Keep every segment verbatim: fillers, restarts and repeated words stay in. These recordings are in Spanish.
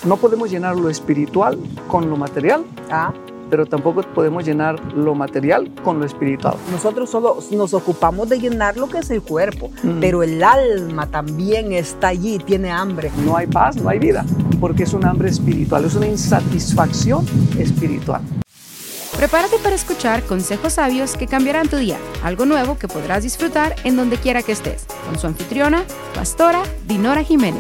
no podemos llenar lo espiritual con lo material, Ah, pero tampoco podemos llenar lo material con lo espiritual. nosotros solo nos ocupamos de llenar lo que es el cuerpo, Mm. pero el alma también está allí, tiene hambre. No hay paz, no hay vida, porque es un hambre espiritual, es una insatisfacción espiritual. Prepárate para escuchar consejos sabios que cambiarán tu día, algo nuevo que podrás disfrutar en donde quiera que estés, con su anfitriona, pastora Dinora Jiménez.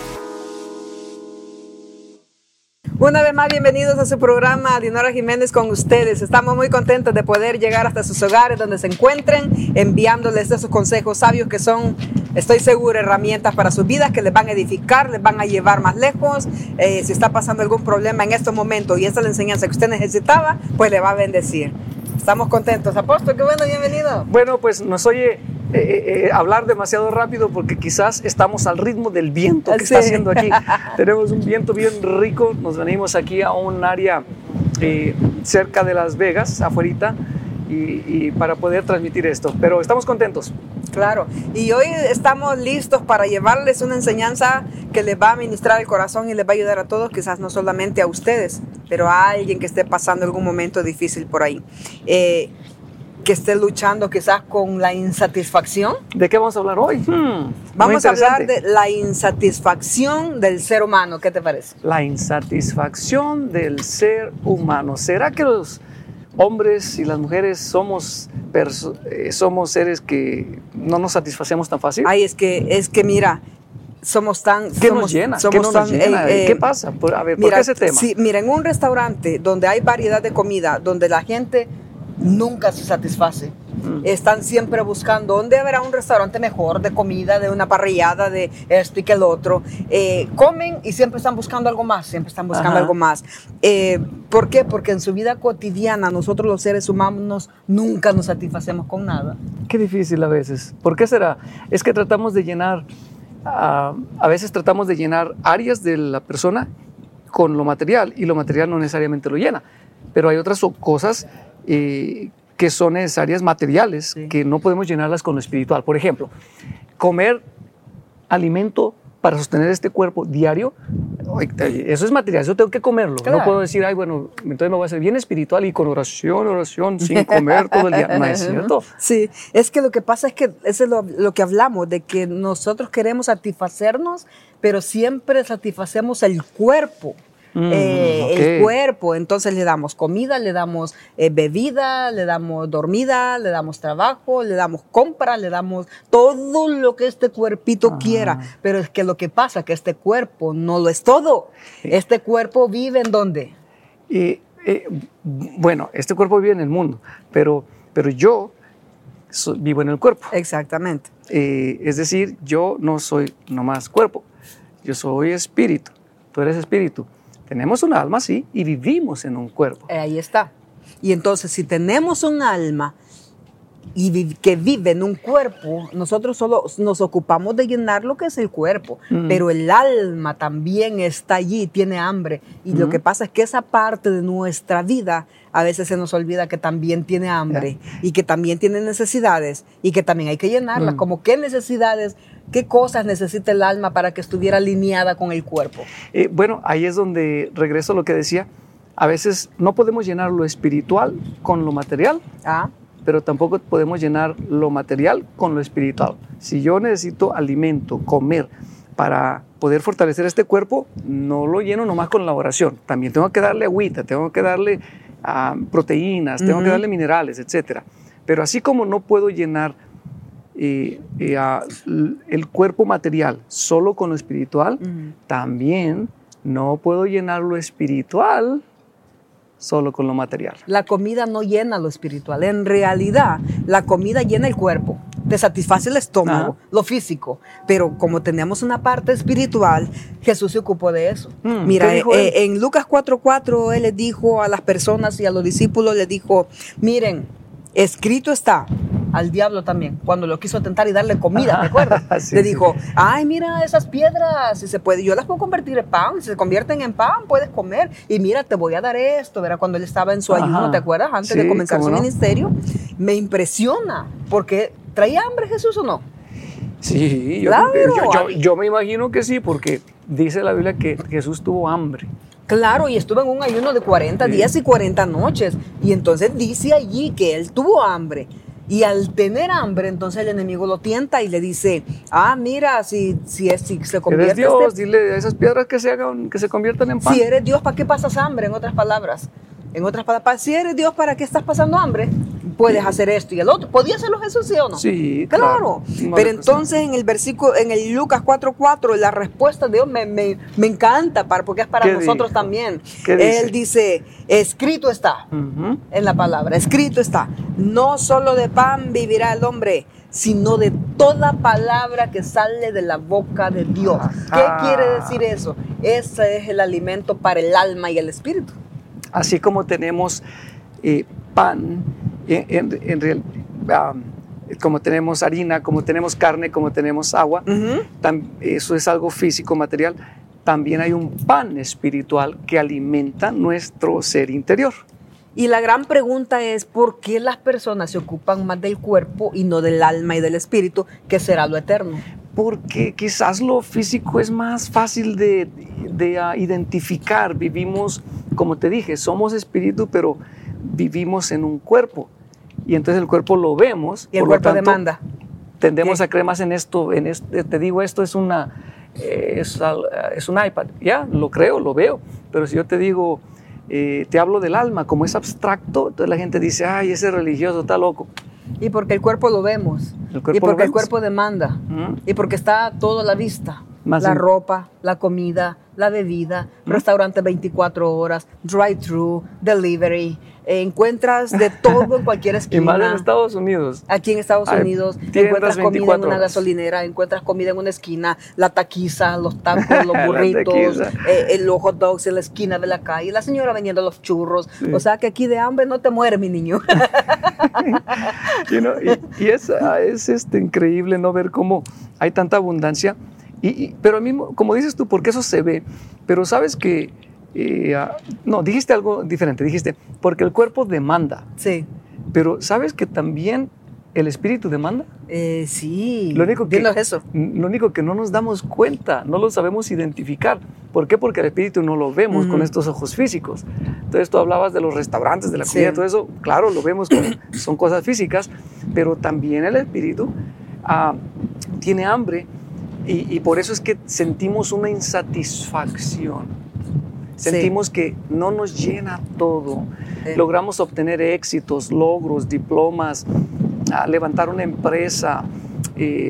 Una vez más, bienvenidos a su programa Dinora Jiménez con ustedes. Estamos muy contentos de poder llegar hasta sus hogares donde se encuentren, enviándoles esos consejos sabios que son, estoy seguro, herramientas para sus vidas que les van a edificar, les van a llevar más lejos. Eh, si está pasando algún problema en estos momentos y esta es la enseñanza que usted necesitaba, pues le va a bendecir. Estamos contentos. Apóstol, qué bueno, bienvenido. Bueno, pues nos oye eh, eh, hablar demasiado rápido porque quizás estamos al ritmo del viento que Sí. está haciendo aquí. Tenemos un viento bien rico, nos venimos aquí a un área eh, cerca de Las Vegas, afuerita, y, y para poder transmitir esto. Pero estamos contentos. Claro, y hoy estamos listos para llevarles una enseñanza que les va a ministrar el corazón y les va a ayudar a todos, quizás no solamente a ustedes, pero a alguien que esté pasando algún momento difícil por ahí, eh, que esté luchando quizás con la insatisfacción. ¿De qué vamos a hablar hoy? Hmm, muy Vamos a hablar interesante. de la insatisfacción del ser humano, ¿qué te parece? La insatisfacción del ser humano. ¿Será que los hombres y las mujeres somos, perso- eh, somos seres que no nos satisfacemos tan fácil? Ay, es que, es que mira, somos tan... ¿Qué somos, nos llena? somos ¿Qué no nos tan, llena? eh, eh, ¿Qué pasa? Por- a ver, ¿por Mira, qué ese tema? sí, mira, en un restaurante donde hay variedad de comida, donde la gente nunca se satisface, Mm. están siempre buscando dónde habrá un restaurante mejor de comida, de una parrillada, de esto y que el otro. Eh, comen y siempre están buscando algo más, siempre están buscando Ajá. algo más. Eh, ¿Por qué? Porque en su vida cotidiana nosotros los seres humanos nunca nos satisfacemos con nada. Qué difícil a veces. ¿Por qué será? Es que tratamos de llenar, ah, a veces tratamos de llenar áreas de la persona con lo material y lo material no necesariamente lo llena. Pero hay otras o- cosas eh, que son necesarias materiales, Sí. que no podemos llenarlas con lo espiritual. Por ejemplo, comer alimento para sostener este cuerpo diario, ay, eso es material, eso tengo que comerlo. Claro. No puedo decir, ay, bueno, entonces me voy a hacer bien espiritual y con oración, oración, sin comer todo el día. No es cierto. Sí, es que lo que pasa es que eso es lo, lo que hablamos, de que nosotros queremos satisfacernos, pero siempre satisfacemos el cuerpo. Mm, eh, ok. El cuerpo, entonces le damos comida, le damos eh, bebida, le damos dormida, le damos trabajo, le damos compra, le damos todo lo que este cuerpito Ah. quiera, pero es que lo que pasa es que este cuerpo no lo es todo. Este cuerpo vive en ¿dónde? Y, eh, bueno, este cuerpo vive en el mundo, pero, pero yo so- vivo en el cuerpo. Exactamente. Eh, es decir, yo no soy nomás cuerpo, yo soy espíritu, tú eres espíritu. Tenemos un alma, sí, y vivimos en un cuerpo. Eh, Ahí está. Y entonces, si tenemos un alma y vi- que vive en un cuerpo, nosotros solo nos ocupamos de llenar lo que es el cuerpo, Mm. pero el alma también está allí, tiene hambre. Y lo Mm. que pasa es que esa parte de nuestra vida a veces se nos olvida que también tiene hambre y que también tiene necesidades y que también hay que llenarlas. Mm. Como qué necesidades, qué cosas necesita el alma para que estuviera alineada con el cuerpo. Eh, bueno, ahí es donde regreso a lo que decía. A veces no podemos llenar lo espiritual con lo material, ¿Ah? pero tampoco podemos llenar lo material con lo espiritual. Si yo necesito alimento, comer, para poder fortalecer este cuerpo, no lo lleno nomás con la oración. También tengo que darle agüita, tengo que darle ah, proteínas, tengo Ujú. que darle minerales, etcétera. Pero así como no puedo llenar eh, eh, ah, l- el cuerpo material solo con lo espiritual, Ujú. también no puedo llenar lo espiritual solo con lo material. La comida no llena lo espiritual. En realidad, la comida llena el cuerpo. Te satisface el estómago, Ajá. lo físico. Pero como tenemos una parte espiritual, Jesús se ocupó de eso. Mm, Mira, ¿qué dijo eh, él? en Lucas cuatro cuatro, Él les dijo a las personas y a los discípulos, les dijo, miren, escrito está, al diablo también, cuando lo quiso tentar y darle comida, ¿te acuerdas? Sí, Le sí. dijo, ay, mira esas piedras, si se puede, yo las puedo convertir en pan, si se convierten en pan, puedes comer, y mira, te voy a dar esto, ¿verdad? Cuando él estaba en su Ajá. ayuno, ¿te acuerdas? Antes Sí, de comenzar su cómo no. ministerio, me impresiona, porque ¿traía hambre Jesús o no? Sí, yo, Claro. yo, yo- yo me imagino que sí, porque dice la Biblia que Jesús tuvo hambre. Claro, y estuvo en un ayuno de cuarenta Sí. días y cuarenta noches. Y entonces dice allí que él tuvo hambre. Y al tener hambre, entonces el enemigo lo tienta y le dice, ah, mira, si, si, es, si se convierte... Eres Dios, este- dile a esas piedras que se hagan, que se conviertan en pan. Si eres Dios, ¿para qué pasas hambre? En otras palabras. En otras palabras, si eres Dios, ¿para qué estás pasando hambre? Puedes hacer esto y el otro. ¿Podía hacerlo Jesús, sí o no? Sí, Claro. claro. No Pero le cuesta. entonces en el versículo, en el Lucas cuatro cuatro, la respuesta de Dios me, me, me encanta para, porque es para ¿Qué nosotros dijo? también. ¿Qué dice? Él dice, escrito está. Ujú. En la palabra, escrito está, no solo de pan vivirá el hombre, sino de toda palabra que sale de la boca de Dios. ¿Qué Ajá. quiere decir eso? Ese es el alimento para el alma y el espíritu. Así como tenemos eh, pan, en, en, en real- um, como tenemos harina, como tenemos carne, como tenemos agua, Ujú. tam- eso es algo físico, material. También hay un pan espiritual que alimenta nuestro ser interior. Y la gran pregunta es, ¿por qué las personas se ocupan más del cuerpo y no del alma y del espíritu, que será lo eterno? Porque quizás lo físico es más fácil de, de, uh, identificar. Vivimos, como te dije, somos espíritu, pero vivimos en un cuerpo. Y entonces el cuerpo lo vemos. Y el por lo cuerpo tanto, demanda. Tendemos ¿Qué? a creer más en esto, en este, te digo, esto es una eh, es, al- es un iPad, ya, lo creo, lo veo, pero si yo te digo, eh, te hablo del alma, como es abstracto, entonces la gente dice, ay, ese religioso está loco. Y porque el cuerpo lo vemos. El cuerpo y lo porque el vemos. cuerpo demanda. ¿Mm? Y porque está todo a la vista. Más la en- ropa, la comida, la bebida, ¿Mm? restaurante veinticuatro horas, drive-thru, delivery. Eh, encuentras de todo en cualquier Y esquina. más en Estados Unidos. Aquí en Estados Hay Unidos tiendas encuentras comida en veinticuatro una horas. gasolinera, encuentras comida en una esquina, la taquiza, los tacos, los La burritos, taquiza. eh, eh, los hot dogs en la esquina de la calle, la señora vendiendo los churros. Sí. O sea que aquí de hambre no te mueres, mi niño. You know, y y es, ah, es este, increíble no ver cómo hay tanta abundancia. Y, y- pero a mí, como dices tú, porque eso se ve, pero sabes que, eh, ah, no, dijiste algo diferente, dijiste, porque el cuerpo demanda, Sí. pero sabes que también el espíritu demanda. Eh, sí. Lo único que, Dilo eso. Lo único que no nos damos cuenta, no lo sabemos identificar. ¿Por qué? Porque el espíritu no lo vemos Ujú. con estos ojos físicos. Entonces tú hablabas de los restaurantes, de la Sí. comida, todo eso, claro, lo vemos, con, son cosas físicas, pero también el espíritu ah, tiene hambre y, y por eso es que sentimos una insatisfacción. Sí. Sentimos que no nos llena todo. Sí. Logramos obtener éxitos, logros, diplomas, a levantar una empresa, eh,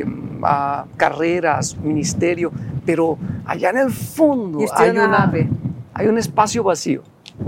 a carreras, ministerio, pero allá en el fondo Y estoy hay, en una una- ave. hay un espacio vacío.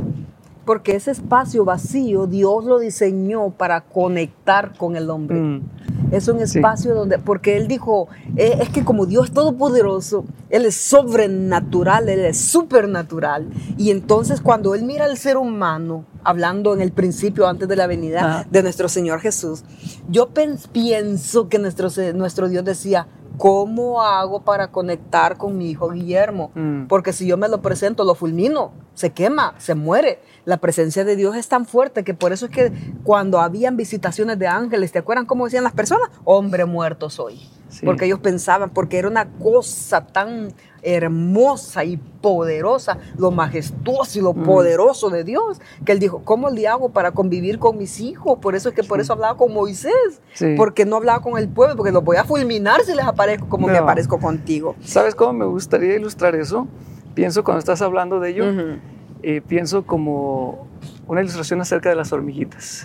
Porque ese espacio vacío Dios lo diseñó para conectar con el hombre. Mm, Es un Sí. espacio donde, porque Él dijo, eh, es que como Dios es todopoderoso, Él es sobrenatural, Él es supernatural. Y entonces cuando Él mira al ser humano, hablando en el principio, antes de la venida Ajá. de nuestro Señor Jesús, yo pens- pienso que nuestro, se- nuestro Dios decía, ¿cómo hago para conectar con mi hijo Guillermo? Mm. Porque si yo me lo presento, lo fulmino, se quema, se muere. La presencia de Dios es tan fuerte que por eso es que cuando habían visitaciones de ángeles, ¿te acuerdan cómo decían las personas? Hombre muerto soy. Sí. Porque ellos pensaban, porque era una cosa tan hermosa y poderosa, lo majestuoso y lo Mm. poderoso de Dios, que él dijo, ¿cómo le hago para convivir con mis hijos? Por eso es que por Sí. eso hablaba con Moisés, Sí. porque no hablaba con el pueblo, porque los voy a fulminar si les aparezco como me No. aparezco contigo. ¿Sabes cómo me gustaría ilustrar eso? Pienso cuando estás hablando de ello, Ujú. eh, pienso como una ilustración acerca de las hormiguitas.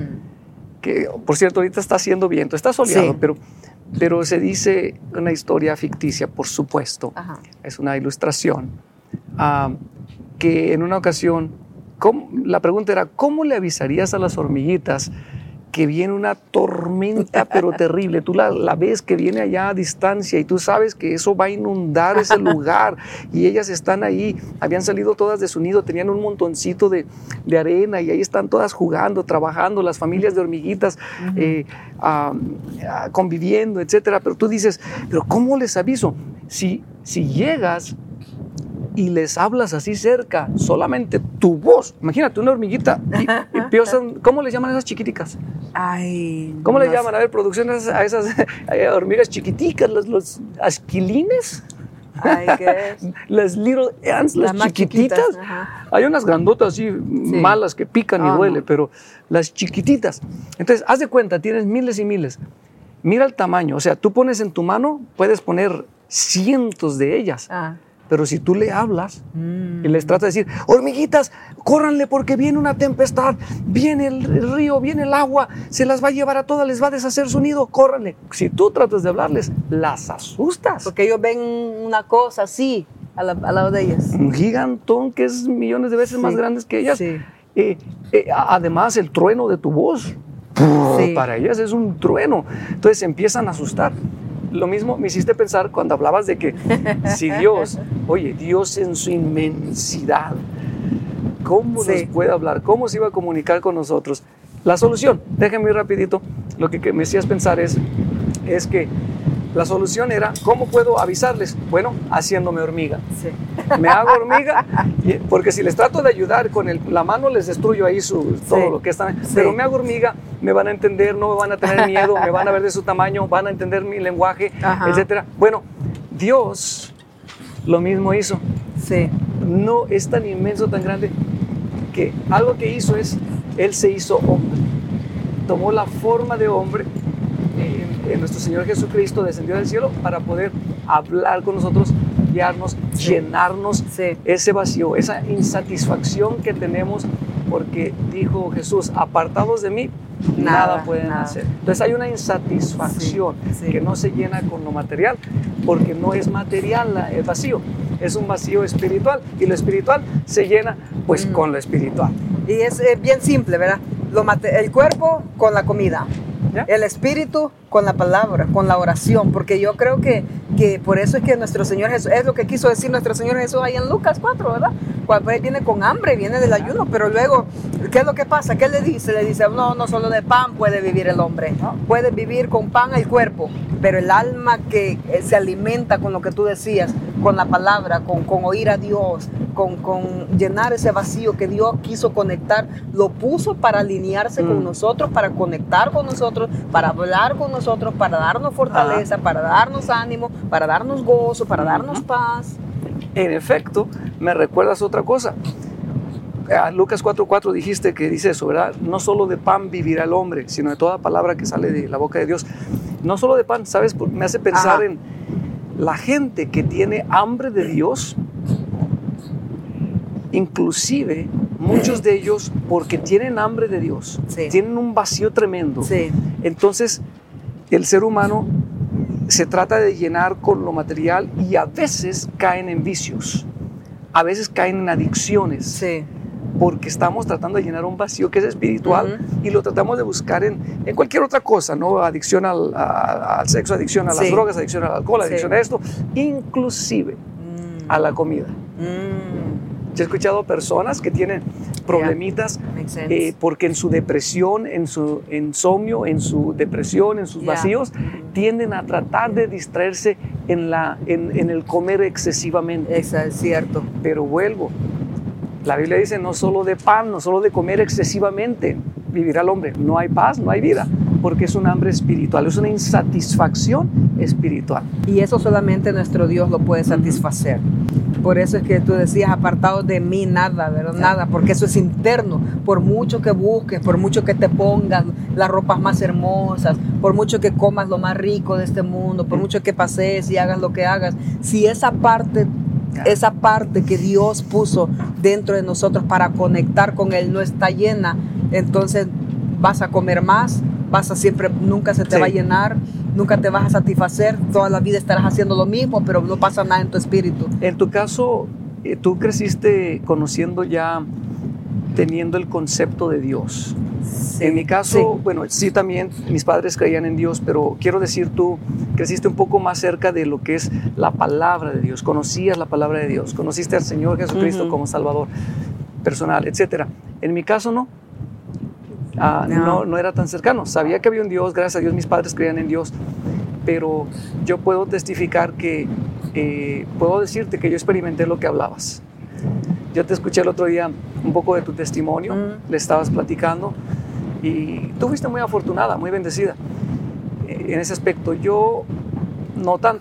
Mm. Que, por cierto, ahorita está haciendo viento, está soleado, Sí. pero, pero se dice una historia ficticia, por supuesto. Ajá. Es una ilustración. ah, que en una ocasión, ¿cómo? La pregunta era, ¿cómo le avisarías a las hormiguitas que viene una tormenta pero terrible? Tú la, la ves que viene allá a distancia y tú sabes que eso va a inundar ese lugar y ellas están ahí, habían salido todas de su nido, tenían un montoncito de, de arena y ahí están todas jugando, trabajando, las familias de hormiguitas eh, ah, ah, conviviendo, etcétera. Pero tú dices, ¿pero cómo les aviso? Si, si llegas y les hablas así cerca, solamente tu voz, imagínate una hormiguita, y, y piensan, ¿cómo les llaman a esas chiquiticas? Ay, ¿Cómo no le llaman? A ver, producción a esas, a esas eh, hormigas chiquiticas, los, los asquilines. Ay, ¿qué es? Las little ants, las, Las más chiquititas. chiquitas, ajá. Hay unas grandotas así, Sí. malas, que pican y Ah, duele, no. pero las chiquititas. Entonces, haz de cuenta, tienes miles y miles. Mira el tamaño. O sea, tú pones en tu mano, puedes poner cientos de ellas. Ah. Pero si tú le hablas Mm. y les tratas de decir, hormiguitas, córranle porque viene una tempestad, viene el, el río, viene el agua, se las va a llevar a todas, les va a deshacer su nido, córranle. Si tú tratas de hablarles, las asustas. Porque ellos ven una cosa así al, al lado de ellas. Un gigantón que es millones de veces Sí. más grande que ellas. Sí. Eh, eh, a- además, el trueno de tu voz, Sí. para ellas es un trueno. Entonces se empiezan a asustar. Lo mismo me hiciste pensar cuando hablabas de que si Dios, oye, Dios en su inmensidad, ¿cómo Sí. nos puede hablar? ¿Cómo se iba a comunicar con nosotros? La solución, déjenme ir rapidito, lo que, que me hacías pensar es, es que la solución era, ¿cómo puedo avisarles? Bueno, haciéndome hormiga. Sí. Me hago hormiga, y- porque si les trato de ayudar con el- la mano, les destruyo ahí su, todo Sí. lo que están. Sí. Pero me hago hormiga, me van a entender, no me van a tener miedo, me van a ver de su tamaño, van a entender mi lenguaje, Ajá. etcétera. Bueno, Dios lo mismo hizo. Sí. No es tan inmenso, tan grande, que algo que hizo es, Él se hizo hombre. Tomó la forma de hombre. En, en nuestro Señor Jesucristo descendió del cielo para poder hablar con nosotros, guiarnos, Sí. llenarnos Sí. ese vacío, esa insatisfacción que tenemos, porque dijo Jesús, apartados de mí, nada, Nada, pueden nada. hacer. Entonces hay una insatisfacción Sí, sí. que no se llena con lo material, porque no es material la- el vacío, es un vacío espiritual, y lo espiritual se llena pues Mm. con lo espiritual. Y es eh, bien simple, ¿verdad? Lo mate- el cuerpo con la comida, ¿Ya? el espíritu con la palabra, con la oración, porque yo creo que, que por eso es que nuestro Señor Jesús, es lo que quiso decir nuestro Señor Jesús ahí en Lucas cuatro, ¿verdad? Cuando él viene con hambre, viene del ayuno, pero luego, ¿qué es lo que pasa? ¿Qué le dice? Le dice, no, no solo de pan puede vivir el hombre, ¿no? Puede vivir con pan el cuerpo, pero el alma que eh, se alimenta con lo que tú decías, con la palabra, con, con oír a Dios, con, con llenar ese vacío que Dios quiso conectar, lo puso para alinearse Mm. con nosotros, para conectar con nosotros, para hablar con nosotros, para darnos fortaleza, para darnos ánimo, para darnos gozo, para darnos Ujú. paz. En efecto, me recuerdas otra cosa. A Lucas cuatro cuatro dijiste que dice eso, ¿verdad? No solo de pan vivirá el hombre, sino de toda palabra que sale de la boca de Dios. No solo de pan, ¿sabes? Por- Me hace pensar Ajá. en la gente que tiene hambre de Dios, inclusive muchos de ellos, porque tienen hambre de Dios, Sí. tienen un vacío tremendo. Sí, Entonces, el ser humano se trata de llenar con lo material y a veces caen en vicios, a veces caen en adicciones, sí, porque estamos tratando de llenar un vacío que es espiritual Ujú. y lo tratamos de buscar en, en cualquier otra cosa, ¿no? Adicción al, a- al sexo, adicción a las Sí. drogas, adicción al alcohol, Sí. adicción a esto, inclusive Mm. a la comida. Mm. Yo he escuchado personas que tienen problemitas Makes sense. eh, porque en su depresión, en su insomnio, en su depresión, en sus Yeah. vacíos, Ujú. tienden a tratar de distraerse en, la, en, en el comer excesivamente. Eso es cierto. Pero vuelvo, la Biblia dice no solo de pan, no solo de comer excesivamente vivirá el hombre. No hay paz, no hay vida, porque es un hambre espiritual, es una insatisfacción espiritual. Y eso solamente nuestro Dios lo puede satisfacer. Por eso es que tú decías, apartado de mí, nada, ¿verdad? Nada, porque eso es interno. Por mucho que busques, por mucho que te pongas las ropas más hermosas, por mucho que comas lo más rico de este mundo, por mucho que pasees y hagas lo que hagas, si esa parte, esa parte que Dios puso dentro de nosotros para conectar con Él no está llena, entonces vas a comer más, vas a siempre, nunca se te Sí. va a llenar, nunca te vas a satisfacer, toda la vida estarás haciendo lo mismo, pero no pasa nada en tu espíritu. En tu caso, eh, tú creciste conociendo ya, teniendo el concepto de Dios. Sí, En mi caso, sí. bueno, sí también mis padres creían en Dios, pero quiero decir, tú creciste un poco más cerca de lo que es la palabra de Dios, conocías la palabra de Dios, conociste al Señor Jesucristo Ujú. como Salvador personal, etcétera. En mi caso no. Ah, No. no, no era tan cercano. Sabía que había un Dios, gracias a Dios mis padres creían en Dios, pero yo puedo testificar que, eh, puedo decirte que yo experimenté lo que hablabas. Yo te escuché el otro día un poco de tu testimonio, Mm. le estabas platicando y tú fuiste muy afortunada, muy bendecida eh, en ese aspecto. Yo no tanto.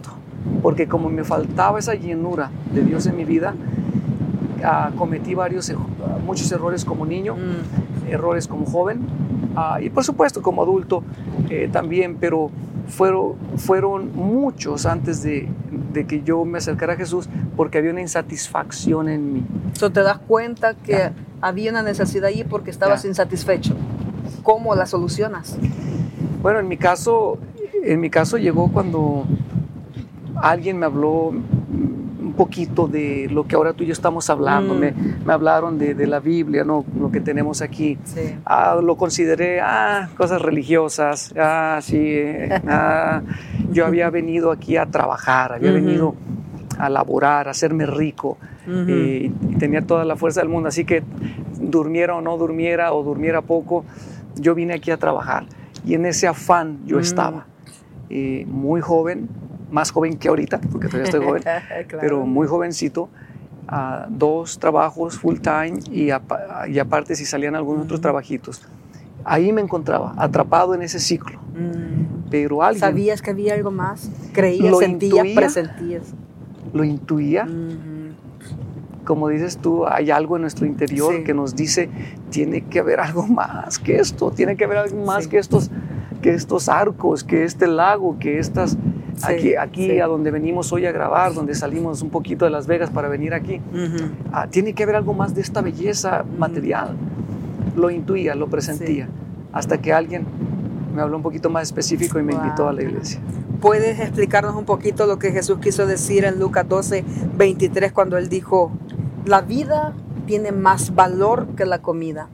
porque como me faltaba esa llenura de Dios en mi vida, uh, cometí varios, uh, muchos errores como niño, mm. errores como joven, uh, y por supuesto como adulto eh, también, pero fueron, fueron muchos antes de, de que yo me acercara a Jesús, porque había una insatisfacción en mí. So, ¿te das cuenta que yeah. había una necesidad allí porque estabas yeah. insatisfecho? ¿Cómo la solucionas? Bueno, en mi caso, en mi caso llegó cuando alguien me habló un poquito de lo que ahora tú y yo estamos hablando. Mm. Me, me hablaron de, de la Biblia, ¿no? Lo que tenemos aquí. Sí. Ah, lo consideré, ah, cosas religiosas. Ah, sí. Ah, yo había venido aquí a trabajar, había uh-huh. venido a laborar, a hacerme rico. Uh-huh. eh, y tenía toda la fuerza del mundo. Así que durmiera o no durmiera, o durmiera poco, yo vine aquí a trabajar. Y en ese afán yo mm. estaba, eh, muy joven, más joven que ahorita, porque todavía estoy joven, claro. pero muy jovencito, uh, dos trabajos full time y, a, y aparte si salían algunos mm. otros trabajitos. Ahí me encontraba, atrapado en ese ciclo. Mm. Pero alguien... ¿Sabías que había algo más? ¿Creías, lo sentías, intuía, presentías? Lo intuía. Mm. Como dices tú, hay algo en nuestro interior sí. que nos dice, tiene que haber algo más que esto, tiene que haber algo más sí. que, estos, que estos arcos, que este lago, que estas... Sí, aquí aquí sí. a donde venimos hoy a grabar, donde salimos un poquito de Las Vegas para venir aquí, uh-huh. ah, tiene que haber algo más de esta belleza uh-huh. material. Lo intuía, lo presentía, sí. hasta que alguien me habló un poquito más específico y me wow. invitó a la iglesia. ¿Puedes explicarnos un poquito lo que Jesús quiso decir en Lucas doce, veintitrés, cuando Él dijo, la vida tiene más valor que la comida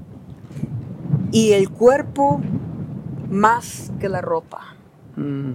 y el cuerpo más que la ropa? Mm.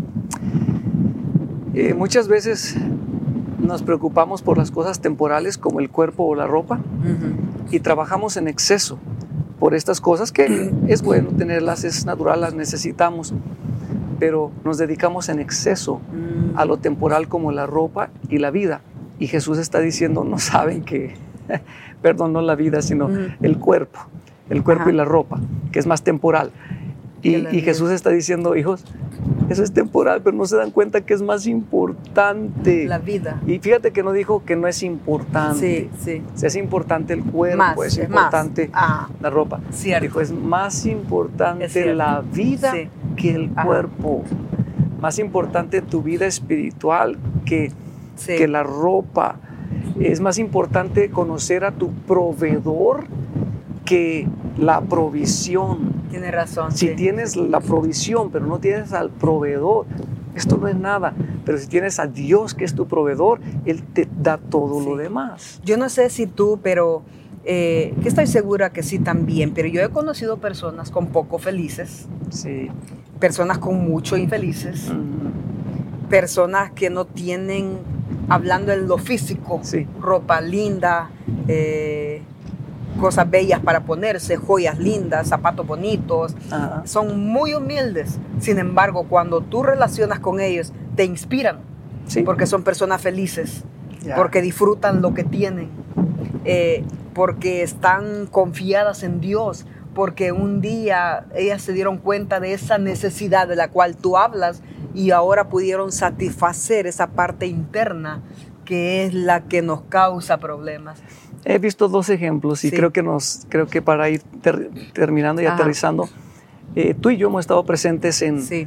Eh, muchas veces nos preocupamos por las cosas temporales como el cuerpo o la ropa uh-huh. y trabajamos en exceso por estas cosas que es bueno tenerlas, es natural, las necesitamos, pero nos dedicamos en exceso uh-huh. a lo temporal como la ropa y la vida. Y Jesús está diciendo, no saben que, perdón, no la vida, sino uh-huh. el cuerpo, el cuerpo uh-huh. y la ropa, que es más temporal. Y, y Jesús está diciendo, hijos, eso es temporal, pero no se dan cuenta que es más importante. La vida. Y fíjate que no dijo que no es importante. Sí, sí. O sea, es importante el cuerpo, más, es importante ah, la ropa. Cierto. Dijo, es más importante es la vida sí. que el Ajá. cuerpo. Más importante tu vida espiritual que, sí. que la ropa. Es más importante conocer a tu proveedor que la provisión. Tienes razón. Si sí. tienes la provisión, pero no tienes al proveedor, esto no es nada. Pero si tienes a Dios, que es tu proveedor, Él te da todo sí. lo demás. Yo no sé si tú, pero eh, que estoy segura que sí también, pero yo he conocido personas con poco felices, sí. personas con mucho infelices, uh-huh. personas que no tienen, hablando en lo físico, sí. ropa linda, eh, cosas bellas para ponerse, joyas lindas, zapatos bonitos, uh-huh. son muy humildes. Sin embargo, cuando tú relacionas con ellos, te inspiran, sí. porque son personas felices, yeah. porque disfrutan lo que tienen, eh, porque están confiadas en Dios, porque un día ellas se dieron cuenta de esa necesidad de la cual tú hablas y ahora pudieron satisfacer esa parte interna que es la que nos causa problemas. He visto dos ejemplos y sí. creo que nos, creo que para ir ter, terminando y Ajá. aterrizando, eh, tú y yo hemos estado presentes en, sí.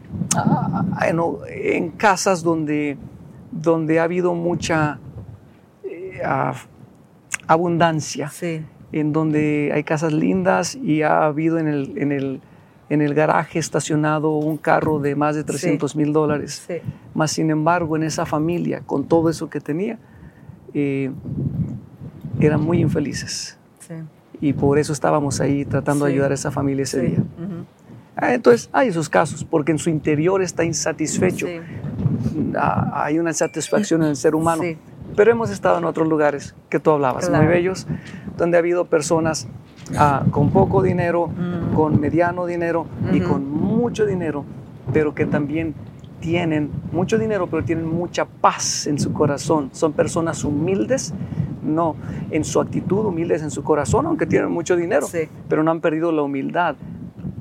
uh, en, en casas donde, donde ha habido mucha eh, uh, abundancia, sí. en donde hay casas lindas y ha habido en el, en el, en el garaje estacionado un carro de más de trescientos mil dólares. Sí. Más sin embargo, en esa familia, con todo eso que tenía, eh, eran muy infelices. Sí. Y por eso estábamos ahí tratando sí. de ayudar a esa familia ese sí. día. Uh-huh. Ah, entonces, hay esos casos, porque en su interior está insatisfecho. Sí. Ah, hay una insatisfacción en el ser humano. Sí. Pero hemos estado en otros lugares que tú hablabas, claro. muy bellos, donde ha habido personas ah, con poco dinero, uh-huh. con mediano dinero uh-huh. y con mucho dinero, pero que también tienen mucho dinero, pero tienen mucha paz en su corazón. Son personas humildes, no en su actitud, humildes en su corazón, aunque tienen mucho dinero, sí. pero no han perdido la humildad.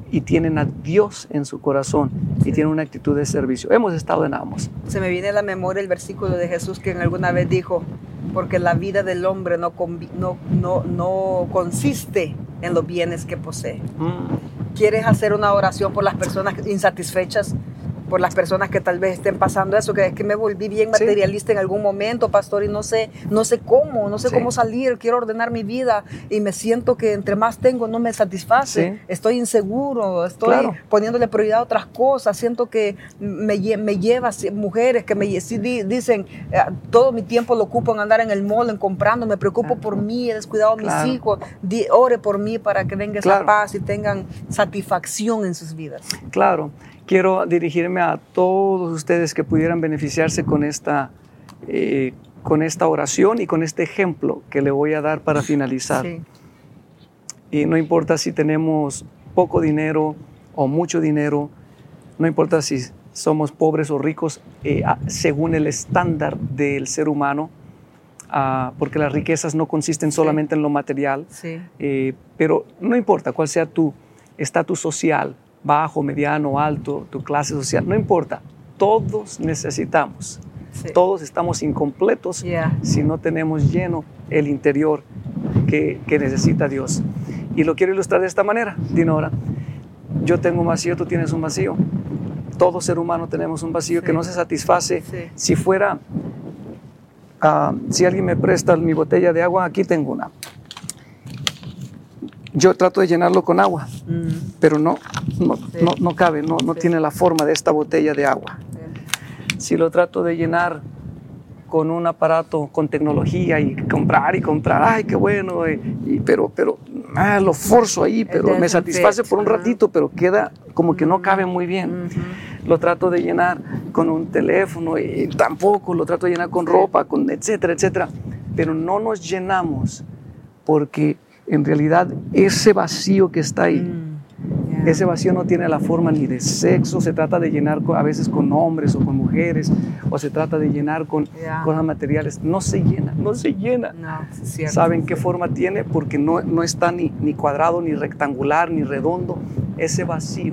y tienen a Dios en su corazón y tienen una actitud de servicio. Hemos estado en ambos. Se me viene a la memoria el versículo de Jesús que alguna vez dijo, porque la vida del hombre no, no, no, no consiste en los bienes que posee. Mm. ¿Quieres hacer una oración por las personas insatisfechas? Por las personas que tal vez estén pasando eso, que es que me volví bien materialista sí. en algún momento, pastor, y no sé, no sé cómo, no sé sí. cómo salir, quiero ordenar mi vida y me siento que entre más tengo no me satisface, sí. estoy inseguro, estoy claro. poniéndole prioridad a otras cosas, siento que me, me lleva, mujeres que me sí, dicen, eh, todo mi tiempo lo ocupo en andar en el mall, en comprando, me preocupo claro. por mí, he descuidado a claro. mis hijos, di, ore por mí para que venga claro. esa paz y tengan satisfacción en sus vidas. Claro. Quiero dirigirme a todos ustedes que pudieran beneficiarse con esta, eh, con esta oración y con este ejemplo que le voy a dar para finalizar. Sí. Y no importa si tenemos poco dinero o mucho dinero, no importa si somos pobres o ricos, eh, según el estándar del ser humano, uh, porque las riquezas no consisten solamente sí. en lo material, sí. eh, pero no importa cuál sea tu estatus social, bajo, mediano, alto, tu clase social, no importa, todos necesitamos, sí. todos estamos incompletos yeah. si no tenemos lleno el interior que, que necesita Dios. Y lo quiero ilustrar de esta manera, Dinora. Yo tengo un vacío, tú tienes un vacío. Todo ser humano tenemos un vacío sí. que no se satisface. Sí. Si fuera, uh, si alguien me presta mi botella de agua, aquí tengo una. Yo trato de llenarlo con agua, mm. pero no, no, sí. no, no cabe, no, no sí. tiene la forma de esta botella de agua. Sí. Si lo trato de llenar con un aparato, con tecnología y comprar y comprar, ay, qué bueno, y, y, pero, pero ah, lo forzo ahí, pero me satisface por un ratito, pero queda como que no cabe muy bien. Mm-hmm. Lo trato de llenar con un teléfono y tampoco, lo trato de llenar con sí. ropa, con etcétera, etcétera, pero no nos llenamos porque en realidad ese vacío que está ahí, mm, yeah. ese vacío no tiene la forma ni de sexo, se trata de llenar a veces con hombres o con mujeres, o se trata de llenar con yeah. cosas materiales, no se llena, no se llena. No, es cierto. ¿Saben qué forma tiene? Porque no, no está ni, ni cuadrado, ni rectangular, ni redondo. Ese vacío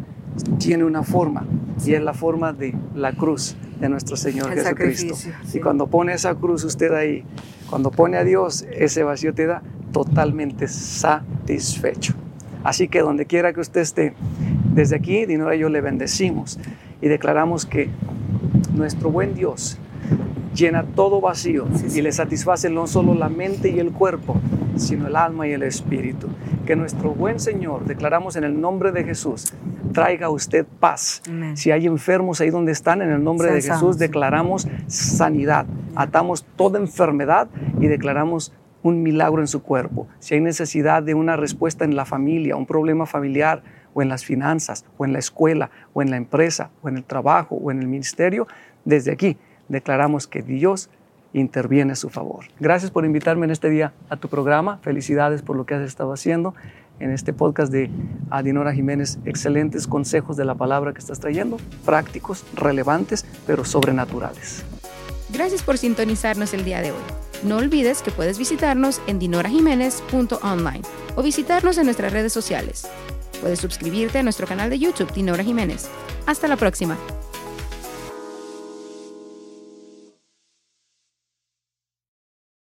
tiene una forma, sí. y es la forma de la cruz de nuestro Señor El Jesucristo. Sí. Y cuando pone esa cruz usted ahí, cuando pone a Dios, ese vacío te da totalmente satisfecho. Así que donde quiera que usted esté, desde aquí, Dinora y yo le bendecimos y declaramos que nuestro buen Dios llena todo vacío sí, sí. y le satisface no solo la mente y el cuerpo, sino el alma y el espíritu. Que nuestro buen Señor, declaramos en el nombre de Jesús, traiga a usted paz. Amén. Si hay enfermos ahí donde están, en el nombre Sean de Jesús sanos. Declaramos sanidad. Atamos toda enfermedad y declaramos un milagro en su cuerpo. Si hay necesidad de una respuesta en la familia, un problema familiar, o en las finanzas, o en la escuela, o en la empresa, o en el trabajo, o en el ministerio, desde aquí declaramos que Dios interviene a su favor. Gracias por invitarme en este día a tu programa. Felicidades por lo que has estado haciendo en este podcast de Dinora Jiménez. Excelentes consejos de la palabra que estás trayendo, prácticos, relevantes, pero sobrenaturales. Gracias por sintonizarnos el día de hoy. No olvides que puedes visitarnos en dinora jiménez punto online o visitarnos en nuestras redes sociales. Puedes suscribirte a nuestro canal de YouTube Dinora Jiménez. Hasta la próxima.